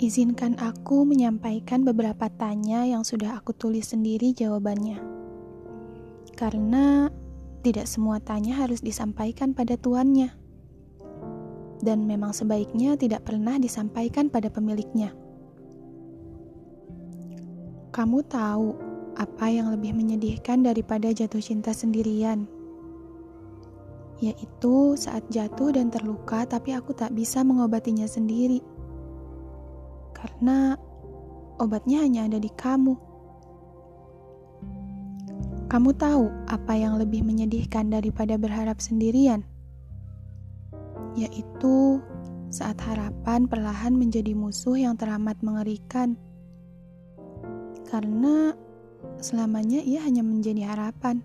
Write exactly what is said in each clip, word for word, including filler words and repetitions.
Izinkan aku menyampaikan beberapa tanya yang sudah aku tulis sendiri jawabannya. Karena tidak semua tanya harus disampaikan pada tuannya. Dan memang sebaiknya tidak pernah disampaikan pada pemiliknya. Kamu tahu apa yang lebih menyedihkan daripada jatuh cinta sendirian? Yaitu saat jatuh dan terluka tapi aku tak bisa mengobatinya sendiri. Karena obatnya hanya ada di kamu. Kamu tahu apa yang lebih menyedihkan daripada berharap sendirian? Yaitu saat harapan perlahan menjadi musuh yang teramat mengerikan. Karena selamanya ia hanya menjadi harapan.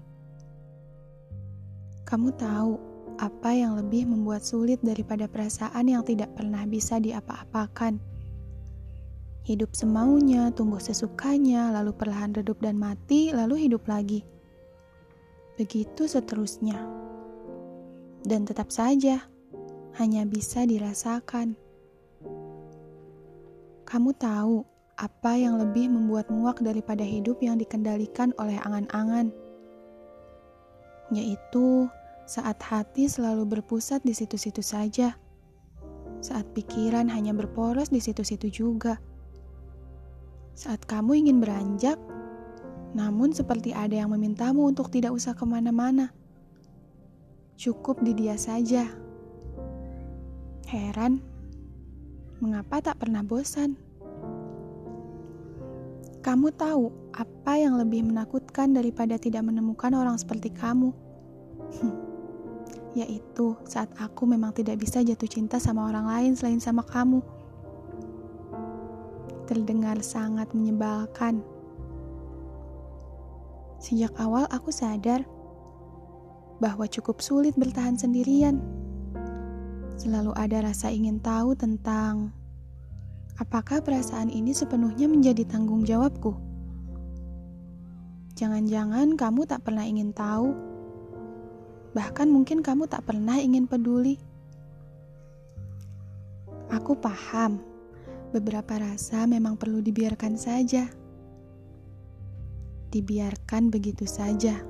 Kamu tahu apa yang lebih membuat sulit daripada perasaan yang tidak pernah bisa diapa-apakan. Hidup semaunya, tumbuh sesukanya, lalu perlahan redup dan mati, lalu hidup lagi. Begitu seterusnya. Dan tetap saja, hanya bisa dirasakan. Kamu tahu apa yang lebih membuat muak daripada hidup yang dikendalikan oleh angan-angan? Yaitu saat hati selalu berpusat di situ-situ saja. Saat pikiran hanya berporos di situ-situ juga. Saat kamu ingin beranjak, namun seperti ada yang memintamu untuk tidak usah kemana-mana. Cukup di dia saja. Heran, mengapa tak pernah bosan? Kamu tahu apa yang lebih menakutkan daripada tidak menemukan orang seperti kamu? Yaitu saat aku memang tidak bisa jatuh cinta sama orang lain selain sama kamu. Terdengar sangat menyebalkan. Sejak awal aku sadar bahwa cukup sulit bertahan sendirian. Selalu ada rasa ingin tahu tentang apakah perasaan ini sepenuhnya menjadi tanggung jawabku. Jangan-jangan kamu tak pernah ingin tahu. Bahkan mungkin kamu tak pernah ingin peduli. Aku paham. Beberapa rasa memang perlu dibiarkan saja. Dibiarkan begitu saja.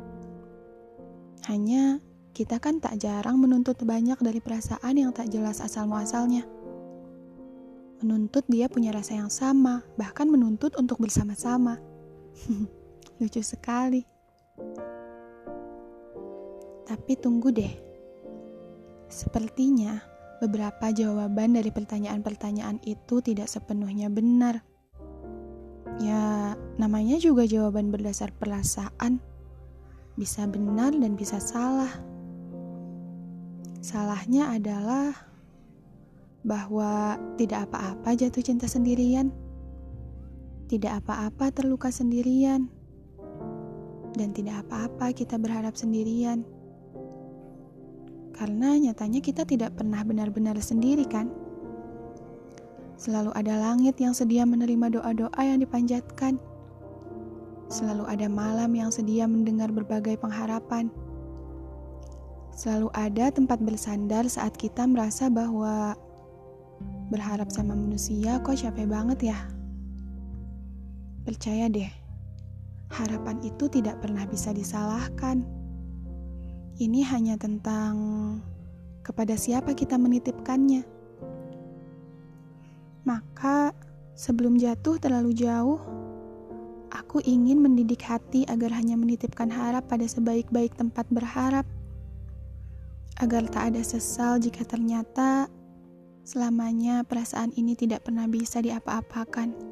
Hanya kita kan tak jarang menuntut banyak dari perasaan yang tak jelas asal-muasalnya. Menuntut dia punya rasa yang sama, bahkan menuntut untuk bersama-sama. Lucu sekali. Tapi tunggu deh. Sepertinya beberapa jawaban dari pertanyaan-pertanyaan itu tidak sepenuhnya benar. Ya, namanya juga jawaban berdasar perasaan. Bisa benar dan bisa salah. Salahnya adalah bahwa tidak apa-apa jatuh cinta sendirian. Tidak apa-apa terluka sendirian. Dan tidak apa-apa kita berharap sendirian. Karena nyatanya kita tidak pernah benar-benar sendiri kan? Selalu ada langit yang sedia menerima doa-doa yang dipanjatkan. Selalu ada malam yang sedia mendengar berbagai pengharapan. Selalu ada tempat bersandar saat kita merasa bahwa berharap sama manusia kok capek banget ya. Percaya deh, harapan itu tidak pernah bisa disalahkan. Ini hanya tentang kepada siapa kita menitipkannya. Maka sebelum jatuh terlalu jauh, aku ingin mendidik hati agar hanya menitipkan harap pada sebaik-baik tempat berharap. Agar tak ada sesal jika ternyata selamanya perasaan ini tidak pernah bisa diapa-apakan.